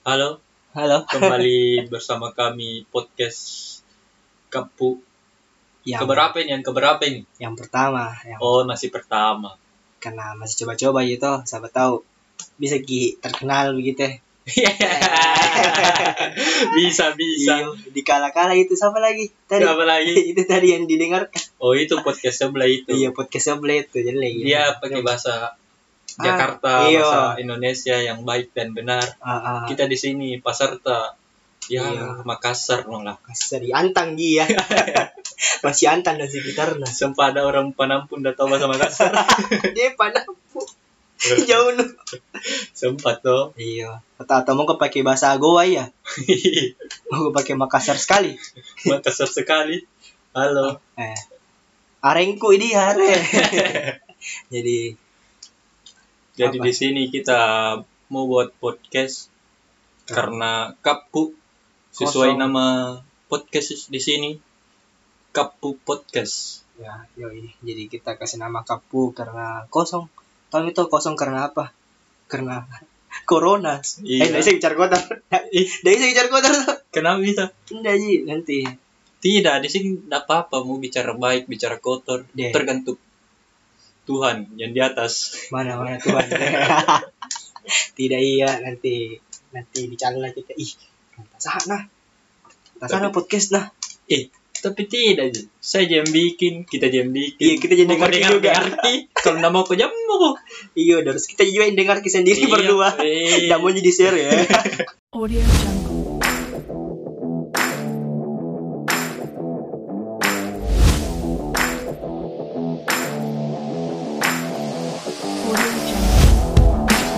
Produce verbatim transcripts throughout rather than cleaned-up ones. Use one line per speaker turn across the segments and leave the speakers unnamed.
Halo,
Halo.
kembali bersama kami podcast Kapu.
Yang,
Keberapa ini? Yang keberapa ini?
yang pertama, yang
Oh, masih pertama.
karena masih coba-coba gitu, siapa tahu bisa ki terkenal begitu.
bisa bisa.
Iyo, di kala-kala itu siapa lagi? Tadi.
Siapa lagi?
Itu tadi yang didengarkan.
Oh, itu podcast sebelah itu.
Iya, podcast sebelah itu jadi lagi.
Dia pakai bahasa Jakarta,
Ah, iyo.
bahasa Indonesia yang baik dan benar.
Ah, ah,
Kita di sini Pasarta, ya
Iyo.
Makassar malah.
kasar di antang dia. Masih antang dan sekitarnya.
Sempat ada orang Panampun udah tahu bahasa Makassar.
Dia Panampun. Jauh lu.
Sempat toh.
Iya. Atau atau mau kau pakai bahasa Goa ya? Mau kau pakai Makassar sekali.
Makassar sekali. Halo.
Eh. Arengku ini are. Jadi
Jadi
Apa?
di sini kita mau buat podcast karena Kapu sesuai
Kosong.
nama podcast di sini Kapu Podcast.
ya, yoi. Jadi kita kasih nama Kapu karena kosong. Tahu itu kosong karena apa? Karena corona.
Iya.
Eh, nggak bisa bicara kotor.
Ih,
Nggak bisa bicara kotor.
kenapa bisa?
Nggak sih nanti.
Tidak, di sini tidak apa-apa mau bicara baik, bicara kotor,
Deh.
tergantung Tuhan yang di atas.
Mana mana Tuhan. Tidak iya nanti nanti bicara lah kita. Ih, tak sana. Tak sana podcast nah.
Eh, tapi tidak, Ji. Saya jam bikin, kita jam bikin.
Iya, kita jadi
Mau
ngerti
dengar
juga.
ngerti. Kalau nggak mau ke jam mau.
Iya, harus kita juga yang dengar kisah sendiri
Iya,
berdua.
iya.
Nggak mau jadi share ya.
Audio Jungle. Audio Jungle.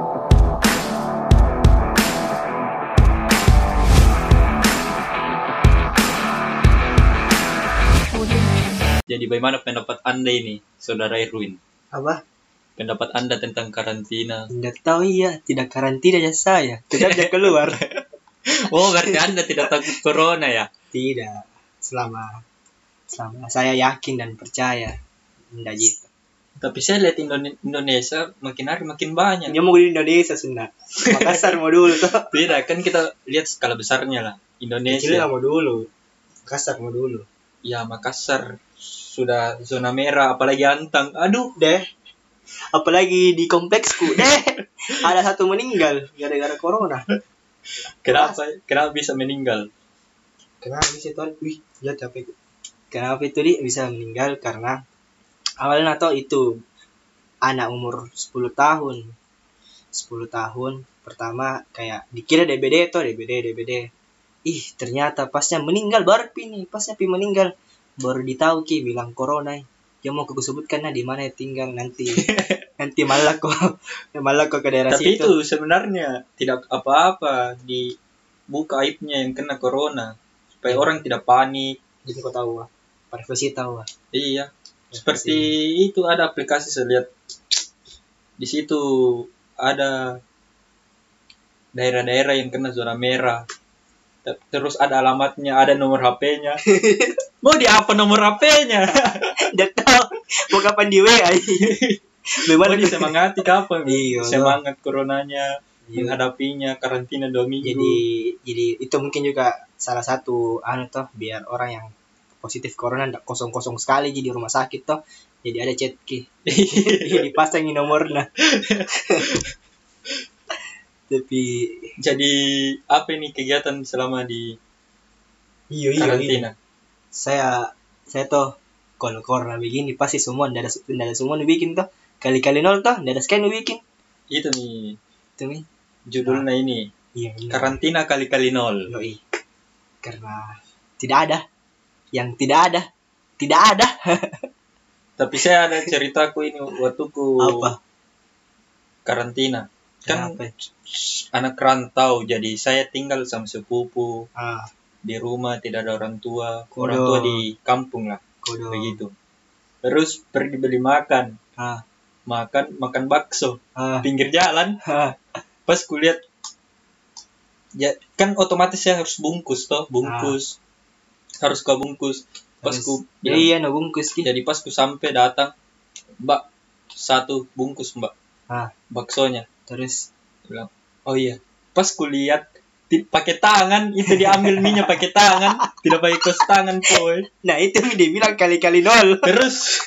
Audio Jungle.
Jadi bagaimana pendapat Anda ini, Saudara Erwin?
Apa?
Pendapat Anda tentang karantina?
Tidak tahu ya, tidak karantina ya saya. Tidak bisa keluar.
Oh, berarti Anda tidak takut corona ya?
Tidak. Selama selama saya yakin dan percaya. Tidak gitu.
Tapi saya lihat Indone- Indonesia makin hari makin banyak.
Dia mau di Indonesia sudah. Makassar mau dulu tuh.
Tidak, kan kita lihat skala besarnya lah.
Kecil
Indonesia.
mau dulu. Makassar mau dulu.
Ya, Makassar sudah zona merah, apalagi Antang. Aduh,
Deh. Apalagi di kompleksku. Deh. Ada satu meninggal gara-gara corona.
kenapa kenapa bisa meninggal?
Kenapa sih tuan? Wih, lihat apa itu? Kenapa itu dia bisa meninggal karena awalnya atau itu anak umur sepuluh tahun. sepuluh tahun pertama kayak dikira D B D tuh, D B D, D B D. Ih, ternyata pasnya meninggal baru pi nih, pasnya pi meninggal. Baru ditahu ki bilang corona. Ya mau aku sebutkan nah di mana ya tinggal nanti. Nanti malah kok malah kok ke daerah
Tapi
situ.
itu sebenarnya tidak apa-apa dibuka aibnya yang kena corona supaya
Iya.
orang tidak panik.
Jadi kau tahu ah. Privasi tahu ah.
Iya. Seperti itu ada aplikasi saya lihat di situ ada daerah-daerah yang kena zona merah. Te- Terus ada alamatnya, ada nomor H P-nya. Mau di apa nomor H P-nya?
Tidak tahu mau kapan di W A.
Mau
Bagaimana
disemangati kapan?
Iya,
Semangat coronanya,
Iya.
menghadapinya karantina dua minggu.
jadi jadi itu mungkin juga salah satu anu toh biar orang yang positif corona ndak kosong-kosong sekali di rumah sakit toh jadi ada chat ki dipasangin nomornya tapi
Jadi apa ini kegiatan selama di
iya iya, iya.
karantina?
saya saya toh kalau corona begini pasti semua ndak ada ndak ada semua nu bikin toh kali-kali nol toh ndak ada scan nu bikin
Itu nih
itu nih
judulnya ini.
iya iya
Karantina kali-kali nol.
Yoi. Karena tidak ada yang tidak ada tidak ada
Tapi saya ada ceritaku ini waktu ku
apa
karantina. Kan
Kenapa?
anak rantau, jadi saya tinggal sama sepupu
ah
di rumah, tidak ada orang tua.
Kudo.
Orang tua di kampung lah,
kodo
begitu. Terus pergi beli makan,
ah
makan makan bakso
ah
pinggir jalan.
ah
Pas kulihat, ya kan otomatis saya harus bungkus toh, bungkus harus kau bungkus. Pas
Terus,
ku
ya
bilang,
iya no bungkus ki
jadi pas ku sampai datang, Mbak, satu bungkus Mbak
ah
baksonya.
terus
Bilang, oh iya, Pas kulihat ti- pakai tangan itu diambil minyak pakai tangan, tidak pakai kos tangan coy.
Nah itu dia bilang kali-kali nol.
Terus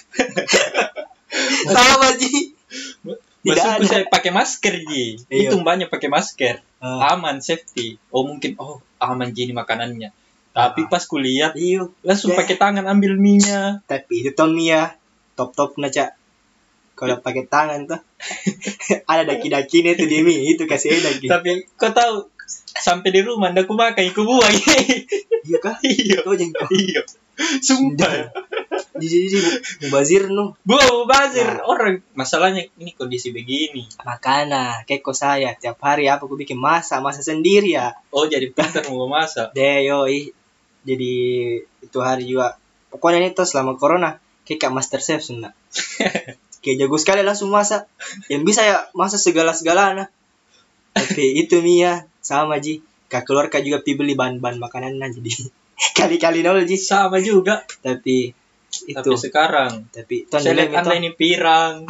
Sama Ji. Tidak
maksudku
ada.
saya pakai masker Ji.
Iya.
Itu banyak pakai masker.
Ah.
Aman, safety. Oh mungkin oh aman Ji ini makanannya. Tapi
Ah.
pas kulihat
Iya.
langsung
Deh.
pakai tangan ambil minyak.
Tapi itu Tommy ya top top naca. Kalau pakai tangan tuh ada daki-dakinya tuh dia mi itu kasih daki.
Tapi kau tahu sampai di rumah ndak aku makan, aku buang.
Iya kah?
Iya.
Tuh jengkol.
Iya. Sumpah.
Di di di mubazir no.
Bu, bazir
Nah.
orang. Masalahnya ini kondisi begini.
Makanya kayak kok saya tiap hari apa aku bikin masak masak sendiri ya.
Oh, jadi pintar mau masak.
Deh yoi. Jadi itu hari juga. Pokoknya ini tuh selama corona kayak Kak Master Chef Sunda. Kayak jago sekali langsung masak. Yang bisa ya masak segala-segalanya. Tapi itu Mia sama Ji. Kak keluarga juga pi beli bahan-bahan makanan jadi kali-kali nol Ji.
Sama juga.
Tapi itu
Tapi sekarang
tapi tuan
saya
dulu
lihat anda
itu
ini pirang.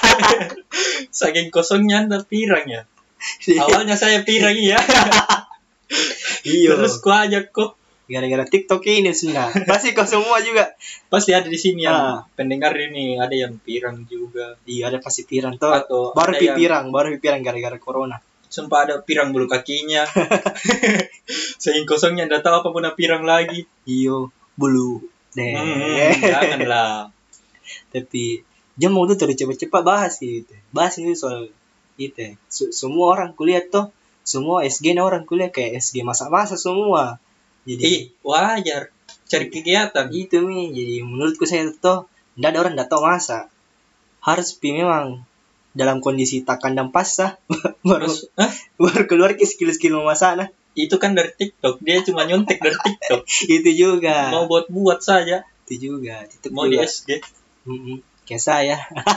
Saking kosongnya anda pirang ya. Awalnya saya pirang ya.
iya
Terus ku ajak kok.
gara-gara TikTok ini Sunda pasti kau semua juga
Pasti ada di sini yang
Ah.
pendengar ini ada yang pirang juga.
iya ada pasti pirang tuh
Atau
baru
ada
pi
yang
pirang baru pi pirang gara-gara corona
sumpah ada pirang bulu kakinya. Saking kosongnya anda tahu apa pun pirang lagi.
iyo bulu deh
Hmm, janganlah.
tapi jam mau tuh terus cepat-cepat bahas gitu bahas ini soal itu Se- semua orang kuliah tuh semua S G na orang kuliah kayak S G masa-masa semua jadi
Ih, wajar cari kegiatan.
itu mi jadi menurutku saya tuh ndak ada orang ndak tahu masak harus pi memang dalam kondisi tak kandang pasah baru
Terus, hah?
baru keluar ke skill-skill memasak nah
Itu kan dari TikTok. Dia cuma nyontek dari TikTok.
itu juga
Mau buat-buat saja.
itu juga itu
Mau di
juga
S G.
Mm-mm. kayak saya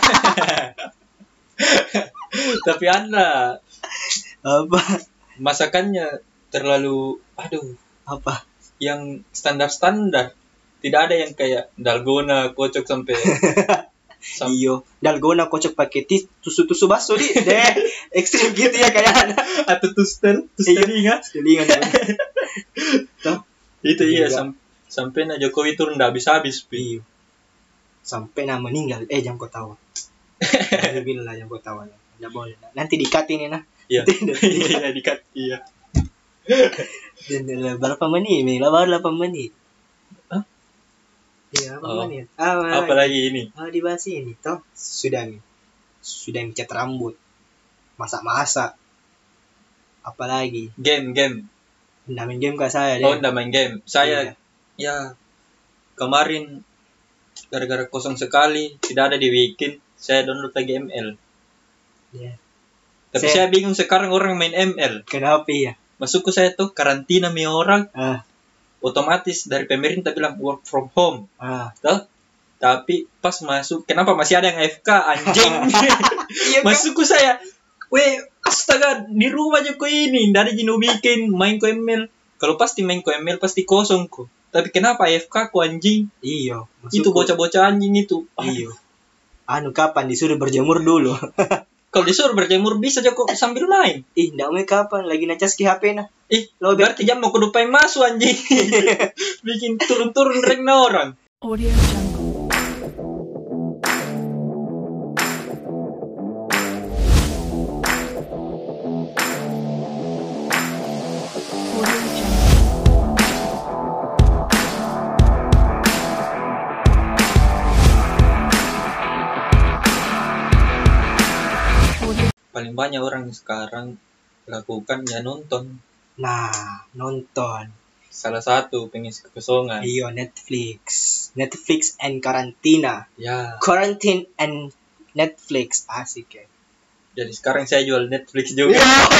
Tapi anda
apa
masakannya terlalu aduh
apa
yang standar-standar. Tidak ada yang kayak dalgona kocok sampai sam-
iyo dalgona kocok pakai tis tusu-tusu bakso di deh ekstrim gitu ya kayak
atau tuster
Iya.
tusteringa.
selingan tuh
Itu iya
Juga.
sam- sampai na Jokowi turun ndak habis-habis pi.
iyo sampai nama meninggal eh jangan kau tahu bilang lah jangan kau tahu nggak boleh nanti dikat ini nah
Iya.
Nanti-
Iya dikat iya.
Dan dan berapa menit? Ini baru delapan menit.
Hah?
Iya, berapa
Oh.
menit? Ah,
Apa lagi ini?
Oh, dibahas ini toh. Sudah nih. Sudah cat rambut. Masak-masak. Apalagi?
Game game.
Nggak main game kak saya deh.
Oh, ndak main game. Saya
Iya.
ya kemarin gara-gara kosong sekali tidak ada di weekend saya download lagi M L.
Iya.
Tapi
Saya-
saya bingung sekarang orang main M L.
Kenapa ya?
Masukku saya tuh karantina mi orang
Ah,
otomatis dari pemerintah bilang work from home.
ah.
Tuh. Tapi pas masuk kenapa masih ada yang A F K anjing?
Iya kan?
Masukku saya, weh astaga di rumah aja kok ini, ndak ada jino bikin main ko M L. Kalau pasti main ko M L pasti kosong kok. Tapi kenapa A F K ko anjing?
Iya.
Itu
maksudku-
bocah-bocah anjing itu. Ah,
Iya. Anu kapan disuruh berjemur dulu?
kalau disuruh berjemur bisa aja kok sambil main.
Ih, ndak mau kapan lagi nacas ki H P nah.
Ih,
Lo
berarti jam mau kudupain masuk anjing. Bikin turun-turun rank na orang.
Audio Jungle. Audio Jungle. Audio
Paling banyak orang sekarang lakukan ya nonton.
Nah, nonton.
Salah satu pengisi kekosongan.
Iya, Netflix. Netflix and karantina.
Ya,
Quarantine and Netflix. Asik ya.
jadi sekarang saya jual Netflix juga.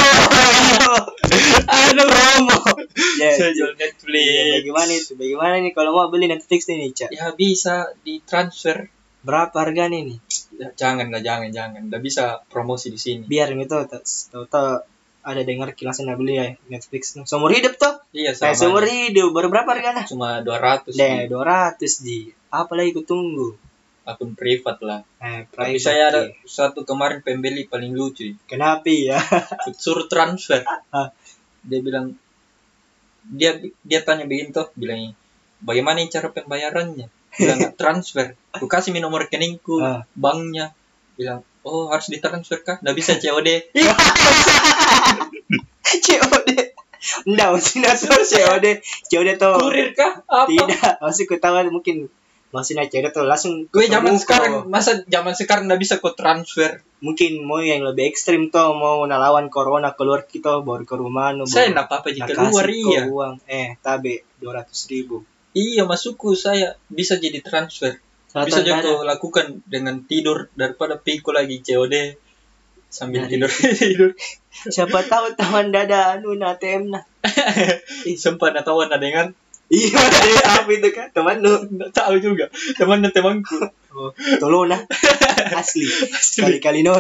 Aduh, promo. Ya,
Saya jual
ya,
Netflix.
bagaimana itu? Bagaimana nih kalau mau beli Netflix nih, Cak?
Ya bisa ditransfer.
Berapa harganya nih?
Ya, jangan lah, jangan, jangan. Nggak bisa promosi di sini.
Biar gitu, tahu-tahu ada dengar kilasan beli ya Netflix. Seumur hidup tuh.
Iya,
Kayak seumur
sama.
hidup. Baru berapa harganya?
Cuma dua ratus.
Deh, dua ratus di. Apa lagi ku tunggu?
akun privat lah.
Eh,
Tapi
private,
saya ada
ya.
satu kemarin pembeli paling lucu.
Kenapa ya?
Suruh transfer.
Ah.
Dia bilang dia dia tanya begini tuh, bilangnya bagaimana cara pembayarannya? Bilang nggak transfer. Ku kasih mi nomor rekeningku,
Ah.
banknya. Bilang, oh harus ditransfer kah? Nggak bisa C O D. Ih,
C O D. Enggak, maksudnya soal C O D. C O D tuh.
kurir kah? Apa?
Tidak, maksud ku tahu mungkin maksudnya C O D tuh langsung
Gue zaman
ketemu
sekarang,
kok.
masa zaman sekarang nggak bisa kok transfer?
Mungkin mau yang lebih ekstrim tuh, mau ngelawan corona keluar kita baru ke rumah nu.
Saya nggak apa-apa jika keluar, iya.
uang. Eh, tabe dua ratus ribu.
Iya, masukku saya bisa jadi transfer. Bisa
Selatan
juga
dada.
lakukan dengan tidur daripada pikul lagi C O D sambil
Dari-
tidur tidur.
Siapa tahu taman dada anu na A T M nah.
Ih, sempat nggak tahu ada dengan
Iya, ada siapa itu kan? Teman lu.
nggak tahu juga teman dan temanku.
Oh, tolong nah. Asli. Kali-kali nol.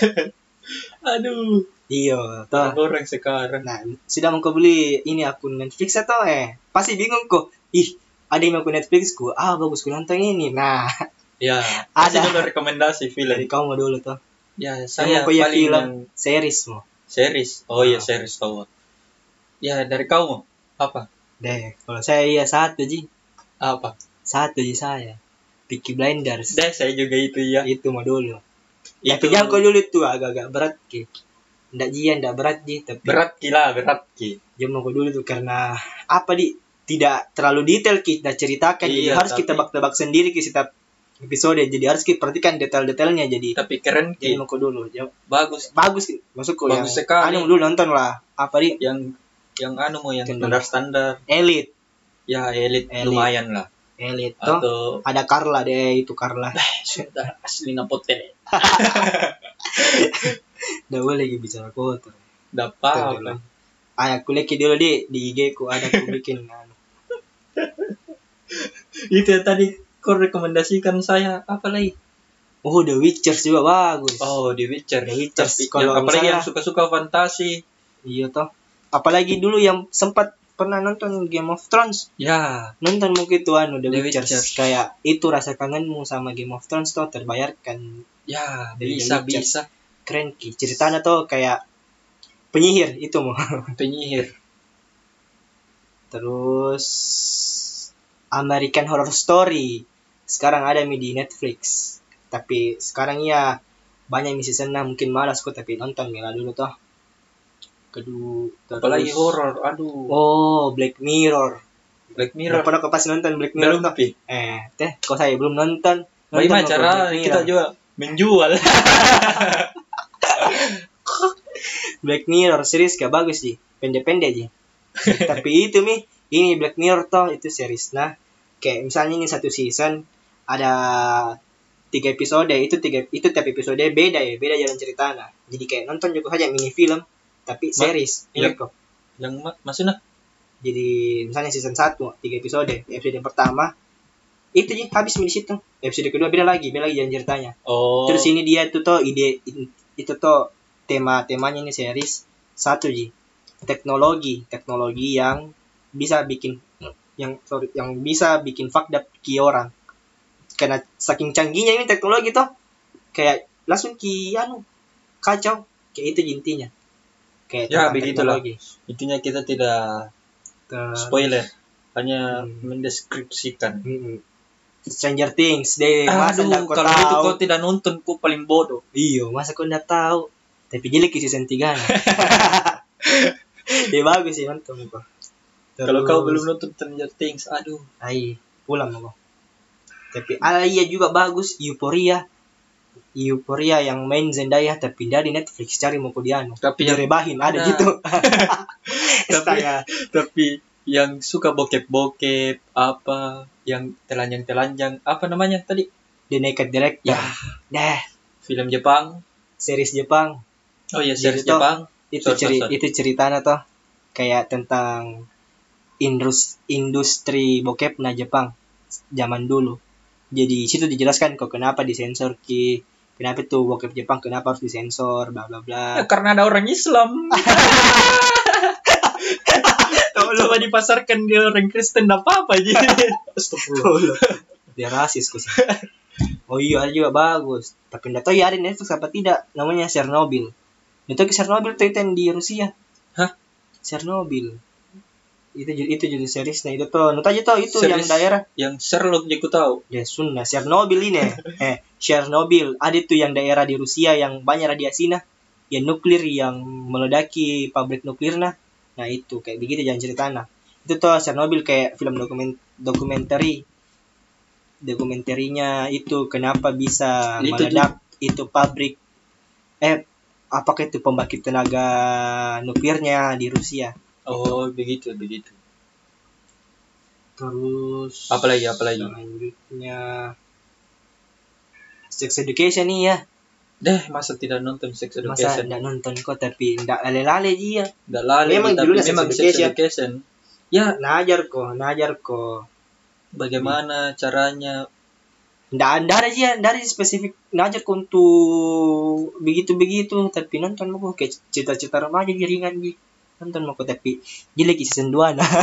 Aduh,
Iya, toh.
orang sekarang.
Nah, sudah mau kau beli ini akun Netflix atau eh pasti bingung kok. Ih, ada yang akun Netflix ku. Ah, bagus ku nonton ini. Nah,
Ya, kasih
Ada.
dulu rekomendasi film.
dari kamu dulu tuh.
Ya,
Saya
saya
mau ya
paling
film
yang
series mau.
series. Oh iya,
Ah.
series tahu. Ya, dari kamu apa?
Deh, kalau saya iya satu ji.
Apa?
Satu ji saya. Peaky Blinders.
Deh, saya juga itu ya.
Itu mau dulu.
Itu
Tapi jangan kau dulu itu agak-agak berat ki. Ndak ji, ndak berat ji, tapi
berat gila, berat ki.
jangan kau dulu tuh karena apa di tidak terlalu detail kita ceritakan, jadi
Iya,
harus
tapi-
kita tebak-tebak sendiri ki setiap episode, jadi harus kita perhatikan detail-detailnya, jadi
Tapi keren
jadi
ki.
mau kau dulu. Jam-
Bagus.
bagus ki, maksudku yang
Bagus sekali.
anu dulu nonton lah apa di
Yang yang anu mau yang
Kendala.
standar-standar.
Elite,
Ya, elit,
Elit.
lumayan lah.
Elite toh.
Atau
Ada Carla deh, itu Carla.
sudah asli napote.
Nggak boleh lagi bicara kotor.
Dapat
Betul,
lah.
Ah, aku leki dulu di di I G ku ada aku bikin anu.
Itu ya tadi kau rekomendasikan saya apa lagi?
Oh, The Witcher juga bagus.
Oh, The Witcher.
The Witcher.
Tapi
Kalau
yang, apalagi
misalnya-
yang suka-suka fantasi.
Iya toh. Apalagi dulu yang sempat pernah nonton Game of Thrones.
Ya,
Nonton mungkin tuh anu The,
The
Witcher.
Witcher.
Kayak itu rasa kangenmu sama Game of Thrones tuh terbayarkan.
ya
Dari
bisa
The Witcher.
bisa
Keren ki. Ceritanya tuh kayak penyihir itu mau.
penyihir.
Terus American Horror Story. Sekarang ada mi di Netflix. Tapi sekarang ya banyak mi season enam, mungkin malas kok tapi nonton mila dulu toh. Kedua terus
Apalagi horor. Aduh,
Oh, Black Mirror.
Black
Mirror.
Mirror.
Pernah kau pas nonton Black Mirror
Belum
toh?
pi.
Eh, teh, kok saya belum nonton.
Bagaimana
Nonton
cara
kok Black
kita
Mirror.
juga menjual?
Black Mirror series gak bagus sih, pendek-pendek aja. Tapi itu mi, ini Black Mirror toh itu series. Nah, kayak misalnya ini satu season ada tiga episode, itu tiga itu tiap episode beda ya, beda jalan ceritanya. Jadi kayak nonton juga aja mini film, tapi
Ma-
series. Ini
Iya.
kok.
Yang ma- maksudnya
Jadi misalnya season satu tiga episode, episode yang pertama itu aja habis di situ. Episode kedua beda lagi, beda lagi jalan ceritanya.
oh
Terus ini dia tuh toh ide itu tuh tema-temanya ini series satu ji teknologi teknologi yang bisa bikin yang sorry yang bisa bikin fucked up ki orang karena saking canggihnya ini teknologi tuh kayak langsung ki anu kacau kayak itu intinya kayak
Ya,
tentang
begitulah.
teknologi.
intinya kita tidak
Terus,
spoiler, hanya
Hmm.
mendeskripsikan.
mm-mm. Stranger Things deh masa
Aduh,
ndak kau
kalau itu
tahu
kau tidak nonton, kau paling bodoh.
iyo masa kau ndak tahu tapi jelek di season tiga ya bagus sih nonton kok.
Kalau kau
Terus-
belum nonton Stranger Things, aduh.
Ai, pulang aku. Tapi ah iya juga bagus Euphoria. Euphoria yang main Zendaya tapi dari Netflix cari mau kudiano.
Tapi yang
Direbahin ada
Ada.
gitu.
tapi
Astaga.
tapi yang suka bokep-bokep apa, yang telanjang-telanjang, apa namanya tadi?
The Naked Director.
Ya,
Dah,
film Jepang.
series Jepang.
Oh iya,
Jadi
series
toh,
Jepang.
Itu
Sorry,
ceri
sorry, sorry.
itu ceritanya toh kayak tentang indus industri bokep na Jepang zaman dulu. Jadi situ dijelaskan kok kenapa disensor ki, kenapa tuh bokep Jepang kenapa harus disensor, bla bla bla.
Ya, karena ada orang Islam. Coba dipasarkan dia orang Kristen, enggak apa-apa aja. Astagfirullah.
Dia rasis kok sih. Oh iya, ada juga bagus. Tapi enggak tahu ya ada di Netflix apa tidak. Namanya Chernobyl. Itu ke Chernobyl tuh itu yang di Rusia.
Hah?
Chernobyl. Itu ju- itu judul seriesnya itu tuh. Nonton aja tuh itu yang
Series
daerah.
yang Sherlock aku tahu.
Ya Sunda, Chernobyl ini. eh, Chernobyl. Ada tuh yang daerah di Rusia yang banyak radiasinya. Yang nuklir yang meledaki pabrik nuklir nah. Nah itu kayak begitu jangan ceritanya. Itu tuh Chernobyl kayak film dokumen dokumentari. Dokumenterinya itu kenapa bisa
Itu
meledak itu pabrik eh apakah itu pembangkit tenaga nuklirnya di Rusia.
Oh, begitu, begitu.
Terus
Apalagi, apalagi.
selanjutnya Sex Education nih ya.
Deh, masa tidak nonton Sex
Masa
Education?
enggak nonton kok tapi enggak lale-lale dia.
Nggak lali,
Memang
tapi
judulnya Sex
memang Sex
Education.
Education. Ya,
Najar kok, najar kok.
bagaimana caranya?
Nggak ada ada aja, nggak ada spesifik najar kok untuk begitu-begitu. Tapi nonton mau kayak cita-cita remaja jadi ringan ji. Nonton mau tapi jelek season dua nah.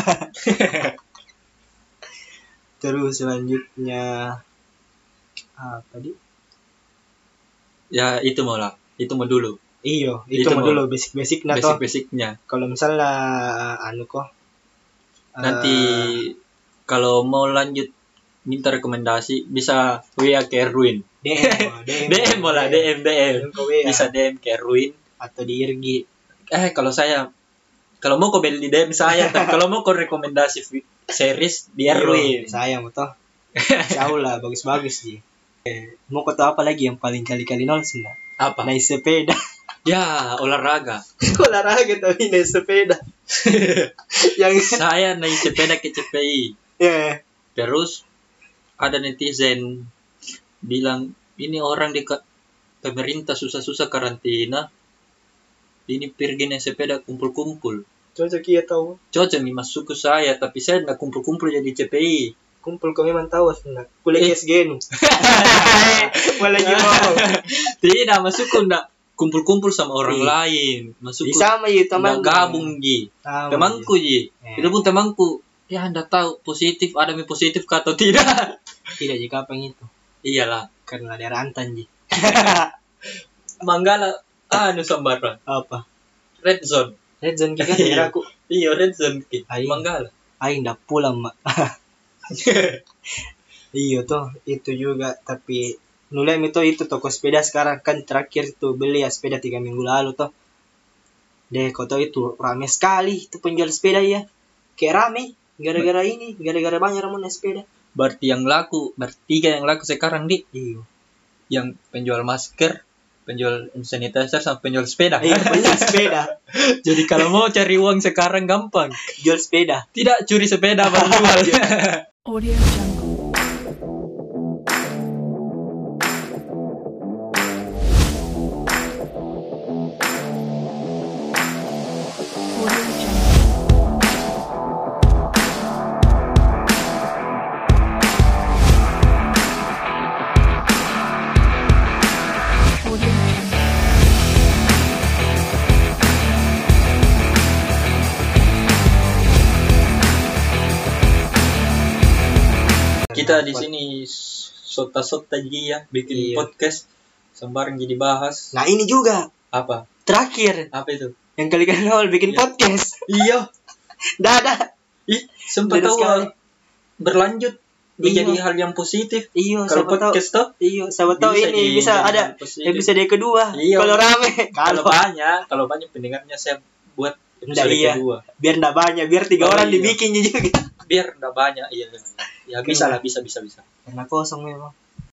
Terus selanjutnya apa di?
Ya, itu mau lah. Itu mau dulu.
Iyo, itu,
Itu
mah
mau.
dulu basic-basic nah toh.
Basic-basicnya.
Kalau misalnya anu kok
Nanti
eh,
kalau mau lanjut minta rekomendasi bisa W A ke Erwin.
D M, D M,
D M lah, D M, D M.
ke W A,
Bisa D M ke Erwin.
atau di Irgi.
Eh, kalau saya kalau mau kau beli di D M saya, tapi kalau mau kau rekomendasi vi- series di Erwin.
Iyo, saya mau toh. Insyaallah bagus-bagus sih. Eh, mau kau tahu apa lagi yang paling kali-kali nol sih?
Apa?
Naik sepeda.
Ya, olahraga.
Olahraga tapi naik sepeda. Yang
Saya naik sepeda ke C P I.
ya
Terus ada netizen bilang ini orang di ka- pemerintah susah-susah karantina. Ini pergi naik sepeda kumpul-kumpul.
cocok iya tahu.
Cocok nih masuk ke saya, tapi saya nggak kumpul-kumpul jadi C P I.
Kumpul kau memang tahu sebenarnya. Kuliah
Eh.
S G nu. Malah mau.
Tidak, masuk kok nggak kumpul-kumpul sama orang
Iya.
lain. Masuk
Di
kok
sama ya teman.
nggak gabung ji.
Sama,
Temanku ji.
Eh.
Itu pun temanku. Ya anda tahu positif ada yang positif kah atau tidak?
Tidak jika apa yang itu.
Iyalah.
Karena daerah Antan ji.
Manggala anu sambaran.
Apa?
Red zone.
Red zone kita daerahku.
Iya, red zone ki.
Ayo.
Manggala.
Aing ndak pulang mak. Iya tuh itu juga tapi nulem itu itu toko sepeda sekarang kan terakhir tuh beli ya sepeda tiga minggu lalu tuh. Deh kau tahu itu rame sekali itu penjual sepeda ya. Kayak rame gara-gara ini gara-gara banyak orang naik sepeda.
Berarti yang laku, bertiga yang laku sekarang di
Iya.
yang penjual masker, penjual sanitizer sama penjual sepeda.
Iya penjual sepeda.
Jadi kalau mau cari uang sekarang gampang.
Jual sepeda.
Tidak curi sepeda baru jual.
Audio Jungle. Audio Jungle. Audio Jungle.
Kita di sini sota-sota ya bikin
Iya.
podcast sembarang jadi bahas.
Nah ini juga
Apa?
terakhir
Apa itu?
yang kali-kali awal bikin
Iya.
podcast.
Iya.
Dah dah.
Ih, sempat
Beda
tahu
sekali.
berlanjut menjadi
Iya.
hal yang positif.
Iya
Kalau
siapa tahu.
podcast tuh
Iya siapa tahu
bisa
ini
di-
bisa
jadi
ada
positif.
episode kedua.
Iya.
Kalau rame
Kalau
kalau
banyak, kalau banyak pendengarnya saya buat episode
Nggak, iya.
kedua.
biar enggak banyak biar tiga
Oh,
orang
iya.
dibikin juga.
Biar enggak banyak, iya. Ya bisa lah, bisa bisa bisa.
Karena kosong memang.